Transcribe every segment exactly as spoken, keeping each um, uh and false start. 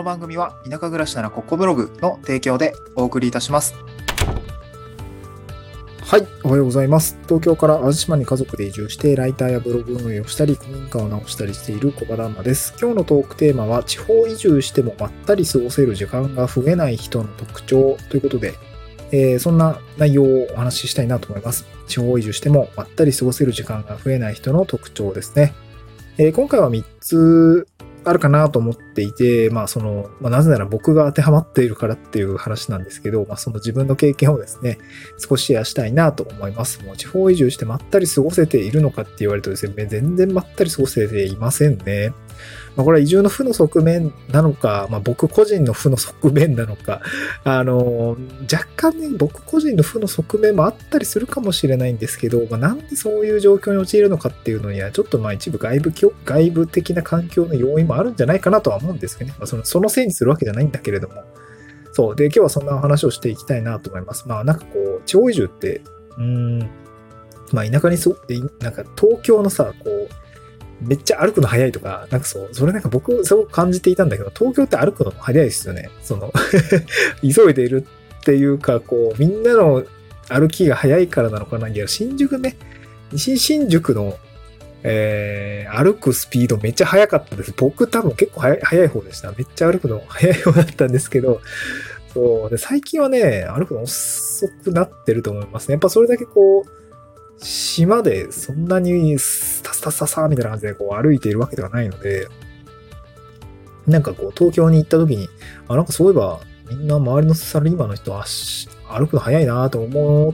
番組は田舎暮らしならここブログの提供でお送りいたします。はい、おはようございます。東京から淡路島に家族で移住してライターやブログ運営をしたり古民家を直したりしている小場旦那です。今日のトークテーマは地方移住してもまったり過ごせる時間が増えない人の特徴ということで、えー、そんな内容をお話ししたいなと思います。地方移住してもまったり過ごせる時間が増えない人の特徴ですね。えー、今回はみっつあるかなと思っていて、まあその、まあなぜなら僕が当てはまっているからっていう話なんですけど、まあその自分の経験をですね、少しシェアしたいなと思います。もう地方移住してまったり過ごせているのかって言われるとですね、全然まったり過ごせていませんね。まあこれは移住の負の側面なのか、まあ僕個人の負の側面なのか、あの、若干ね、僕個人の負の側面もあったりするかもしれないんですけど、まあなんでそういう状況に陥るのかっていうのには、ちょっとまあ一部外部、外部的な環境の要因もあるんじゃないかなとは思うんですけどね。まあその、そのせいにするわけじゃないんだけれども。そう。で、今日はそんな話をしていきたいなと思います。まあなんかこう、地方移住って、うーん、まあ田舎にそ、なんか東京のさ、こう、めっちゃ歩くの早いとか、なんかそう、それなんか僕すごく感じていたんだけど、東京って歩くのも早いですよね。その、急いでいるっていうか、こう、みんなの歩きが早いからなのかな。いや、新宿ね、西新宿の、えー、歩くスピードめっちゃ速かったです。僕多分結構早い、早い方でした。めっちゃ歩くの早い方だったんですけど、そう。で、最近はね、歩くの遅くなってると思いますね。やっぱそれだけこう、島でそんなにスタスタスタスタみたいな感じでこう歩いているわけではないので、なんかこう東京に行った時に、あ、なんかそういえばみんな周りのサラリーマンの人は歩くの早いなと思って、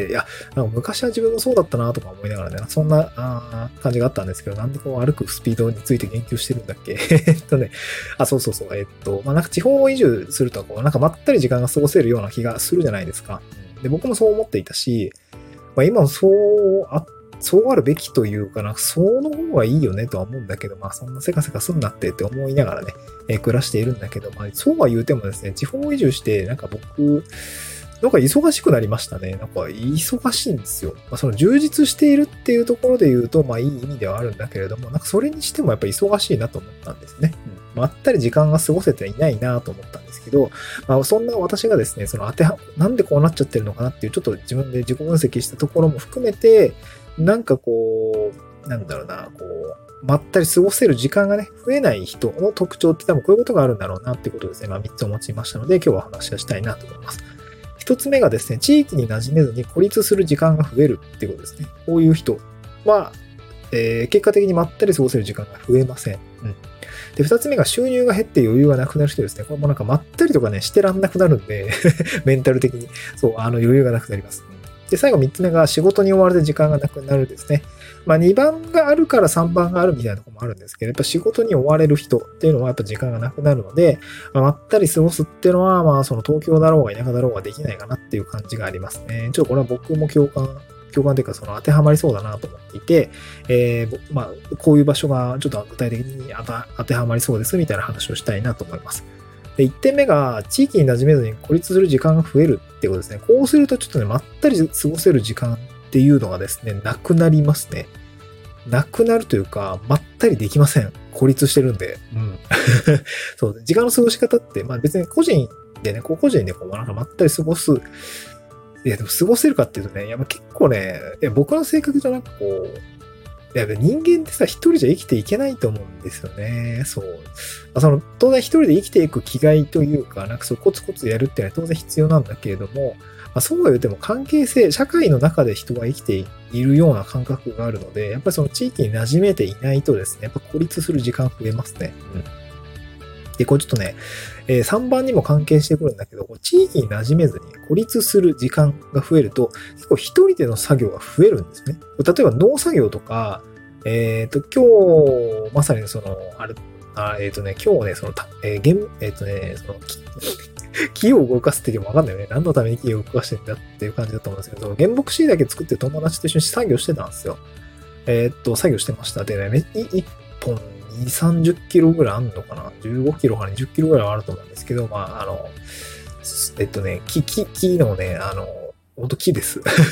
いや、なんか昔は自分もそうだったなとか思いながらね、そんなあ感じがあったんですけど、なんでこう歩くスピードについて言及してるんだっけえっとね、あ、そうそうそう、えっと、まあ、なんか地方移住するとこう、なんかまったり時間が過ごせるような気がするじゃないですか。で、僕もそう思っていたし、まあ、今もそうあ、そうあるべきというかな、その方がいいよねとは思うんだけど、まあそんなせかせかすんなってって思いながらね、えー、暮らしているんだけど、まあそうは言うてもですね、地方移住して、なんか僕、なんか忙しくなりましたね。なんか忙しいんですよ。まあ、その充実しているっていうところで言うと、まあいい意味ではあるんだけれども、なんかそれにしてもやっぱ忙しいなと思ったんですね。うん、まったり時間が過ごせていないなと思ったんですけど、まあ、そんな私がですね、その当ては、なんでこうなっちゃってるのかなっていう、ちょっと自分で自己分析したところも含めて、なんかこう、なんだろうな、こう、まったり過ごせる時間がね、増えない人の特徴って多分こういうことがあるんだろうなっていうことですね。まあみっつを持ちましたので、今日は話をしたいなと思います。一つ目がですね、地域に馴染めずに孤立する時間が増えるっていうことですね。こういう人は、えー、結果的にまったり過ごせる時間が増えません。うん。で、二つ目が収入が減って余裕がなくなる人ですね。これもなんかまったりとかね、してらんなくなるんで、メンタル的に。そう、あの余裕がなくなります。で、最後三つ目が仕事に追われて時間がなくなるですね。まあにばんがあるからさんばんがあるみたいなところもあるんですけど、やっぱ仕事に追われる人っていうのはやっぱ時間がなくなるので、まあ、まったり過ごすっていうのは、まあその東京だろうが田舎だろうができないかなっていう感じがありますね。ちょっとこれは僕も共感、共感というかその当てはまりそうだなと思っていて、えー、まあこういう場所がちょっと具体的に当てはまりそうですみたいな話をしたいなと思います。で、いってんめが地域に馴染めずに孤立する時間が増えるっていうことですね。こうするとちょっとね、まったり過ごせる時間っていうのがですね、なくなりますね。なくなるというか、まったりできません。孤立してるんで。うん。そう。時間の過ごし方って、まあ別に個人でね、こう個人でこうなんかまったり過ごす。いや、でも過ごせるかっていうとね、やっぱ結構ね、いや僕の性格じゃなくこう、いや人間ってさ、一人じゃ生きていけないと思うんですよね。そう。その、当然一人で生きていく気概というか、なんかそうコツコツやるっていうのは当然必要なんだけれども、まあ、そうは言うても関係性、社会の中で人が生きているような感覚があるので、やっぱりその地域に馴染めていないとですね、やっぱ孤立する時間増えますね。うん。で、これちょっとね、えー、さんばんにも関係してくるんだけど、地域に馴染めずに孤立する時間が増えると、結構一人での作業が増えるんですね。例えば農作業とか、えっと、今日、まさにその、あれ、あえっとね、今日ね、その、えー、現えっとね、その、木を動かすって言ってもわかんないよね。何のために木を動かしてるんだっていう感じだと思うんですけど、原木椎だけ作って友達と一緒に作業してたんですよ。えー、っと、作業してました。でね、いっぽんに、さんじゅっキロぐらいあるのかな ?じゅうご キロからにじゅっキロぐらいはあると思うんですけど、まあ、あの、えっとね、木、木、木のね、あの、ほんと木です。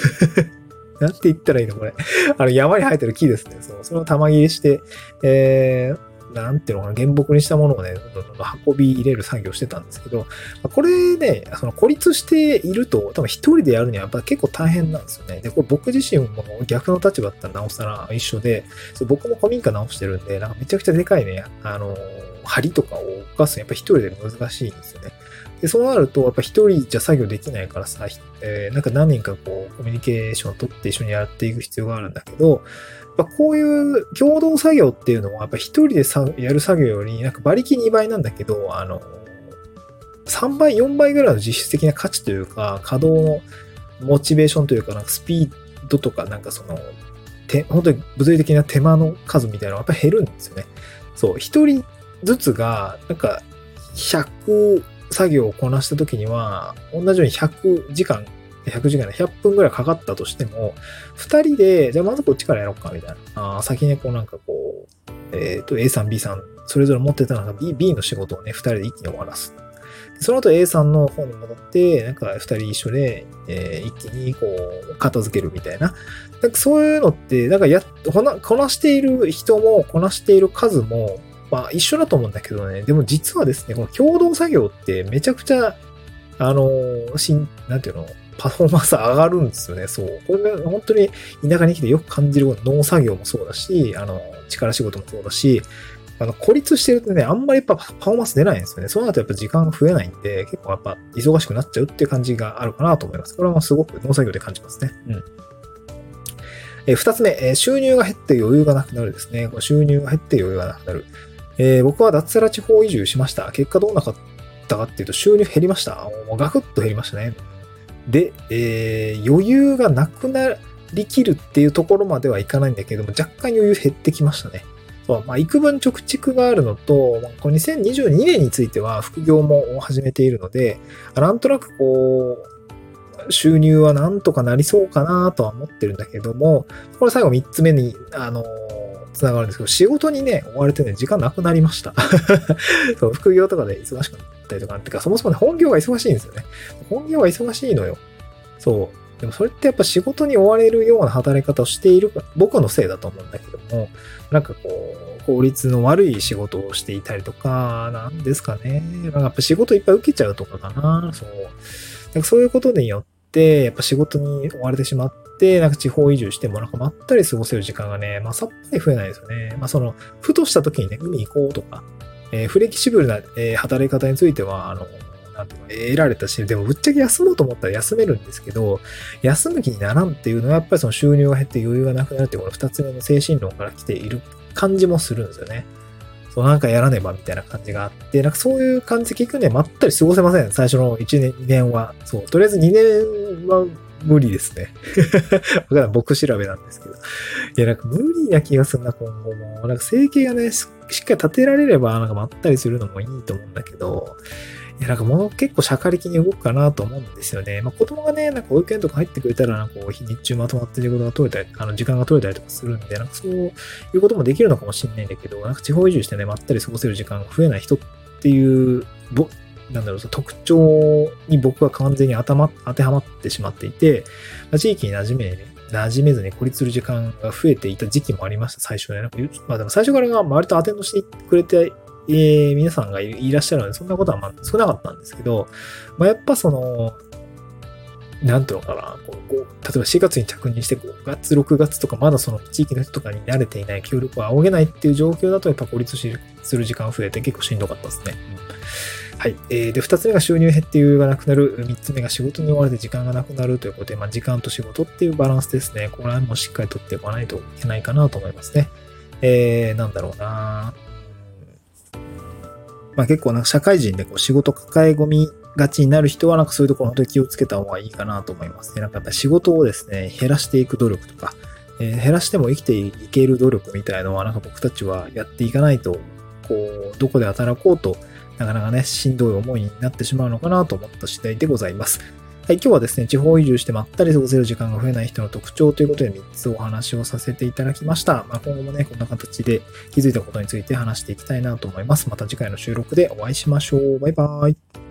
なんて言ったらいいのこれ。あの、山に生えてる木ですね。そう、それを玉切りして、えー、 なんていうのかな、原木にしたものをね、どんどんどんどん運び入れる作業をしてたんですけど、これね、その孤立していると、多分一人でやるにはやっぱ結構大変なんですよね。で、これ僕自身も逆の立場だったらなおさら一緒で、僕も古民家直してるんで、なんかめちゃくちゃでかいね、あの、梁とかを動かすのやっぱ一人で難しいんですよね。で、そうなると、やっぱ一人じゃ作業できないからさ、えー、なんか何人かこう、コミュニケーションを取って一緒にやっていく必要があるんだけど、やっぱこういう共同作業っていうのは、やっぱ一人でさやる作業より、なんか馬力にばいなんだけど、あの、さんばい、よんばいぐらいの実質的な価値というか、稼働のモチベーションというか、なんかスピードとか、なんかその、て本当に物理的な手間の数みたいなのがやっぱり減るんですよね。そう、一人ずつが、なんか、ひゃく作業をこなしたときには、同じようにひゃくじかん、ひゃくじかんでひゃっぷんぐらいかかったとしても、二人で、じゃあまずこっちからやろうか、みたいな。あ先にこうなんかこう、えっと、A さん、B さん、それぞれ持ってたのが B、B の仕事をね、二人で一気に終わらす。その後 A さんの方に戻って、なんか二人一緒で、えー、一気にこう、片付けるみたいな。なんかそういうのって、なんかや、こな、こなしている人も、こなしている数も、まあ一緒だと思うんだけどね、でも実はですね、この共同作業ってめちゃくちゃ、あの、しん、なんていうの、パフォーマンス上がるんですよね。そう。これが本当に田舎に来てよく感じる農作業もそうだし、あの、力仕事もそうだし、あの、孤立してるとね、あんまりやっぱパフォーマンス出ないんですよね。そうなるとやっぱ時間が増えないんで、結構やっぱ忙しくなっちゃうっていう感じがあるかなと思います。これはもうすごく農作業で感じますね。うん。えー、二つ目、えー、収入が減って余裕がなくなるですね。これ収入が減って余裕がなくなる。えー、僕は脱サラ地方移住しました。結果どうなかったかっていうと収入減りました。もうガクッと減りましたね。で、えー、余裕がなくなりきるっていうところまではいかないんだけども、若干余裕減ってきましたね。そうまあ、幾分貯蓄があるのと、このにせんにじゅうにねんについては副業も始めているので、なんとなくこう、収入はなんとかなりそうかなとは思ってるんだけども、これ最後みっつめに、あのつながるんですけど、仕事にね、追われてね、時間なくなりました。そう副業とかで忙しくなったりとか、ってか、そもそもね、本業が忙しいんですよね。本業が忙しいのよ。そう。でもそれってやっぱ仕事に追われるような働き方をしている、僕のせいだと思うんだけども、なんかこう、効率の悪い仕事をしていたりとか、なんですかね。なんかやっぱ仕事いっぱい受けちゃうとかかな。そう。なんかそういうことによって、やっぱ仕事に追われてしまって、なんか地方移住してもなんかまったり過ごせる時間がね、まあさっぱり増えないですよね。まあその、ふとした時にね、海行こうとか、えー、フレキシブルな、えー、働き方については、あの、なんていうの、得られたし、でもぶっちゃけ休もうと思ったら休めるんですけど、休む気にならんっていうのはやっぱりその収入が減って余裕がなくなるっていうこの二つ目の精神論から来ている感じもするんですよね。そうなんかやらねばみたいな感じがあって、なんかそういう感じで結局ね、まったり過ごせません。最初のいちねん、にねんは。そう、とりあえずにねんは無理ですね。わからん、僕調べなんですけど。いや、なんか無理な気がするな、今後も。なんか生計がね、しっかり立てられれば、なんかまったりするのもいいと思うんだけど、いや、なんかもう結構社会的に動くかなと思うんですよね。まあ子供がね、なんか保育園とか入ってくれたら、なんかこう日中まとまって仕事が取れたり、あの時間が取れたりとかするんで、なんかそういうこともできるのかもしれないんだけど、なんか地方移住してね、まったり過ごせる時間が増えない人っていう、ぼ、なんだろう、特徴に僕は完全に頭当てはまってしまっていて、まあ、地域に馴染め、ね、馴染めずに孤立する時間が増えていた時期もありました、最初ね。なんかまあでも最初からが割とアテンドしてくれて、えー、皆さんがいらっしゃるので、そんなことはまあ少なかったんですけど、まあ、やっぱその、なんていうのかな、こうこう例えばしがつに着任してごがつ、ろくがつとかまだその地域の人とかに慣れていない協力を仰げないっていう状況だと、やっぱ孤立する時間が増えて結構しんどかったですね。うん、はい。えー、で、二つ目が収入減って余裕がなくなる。三つ目が仕事に追われて時間がなくなるということで、まあ時間と仕事っていうバランスですね。これはもうしっかりとっていかないといけないかなと思いますね。えー、なんだろうなまあ結構なんか社会人でこう仕事抱え込みがちになる人はなんかそういうところ本当に気をつけた方がいいかなと思いますね。なんかやっぱ仕事をですね、減らしていく努力とか、えー、減らしても生きていける努力みたいのはなんか僕たちはやっていかないと、こう、どこで働こうとなかなかね、しんどい思いになってしまうのかなと思った次第でございます。はい、今日はですね、地方移住してまったり過ごせる時間が増えない人の特徴ということでみっつお話をさせていただきました。まあ、今後もね、こんな形で気づいたことについて話していきたいなと思います。また次回の収録でお会いしましょう。バイバーイ。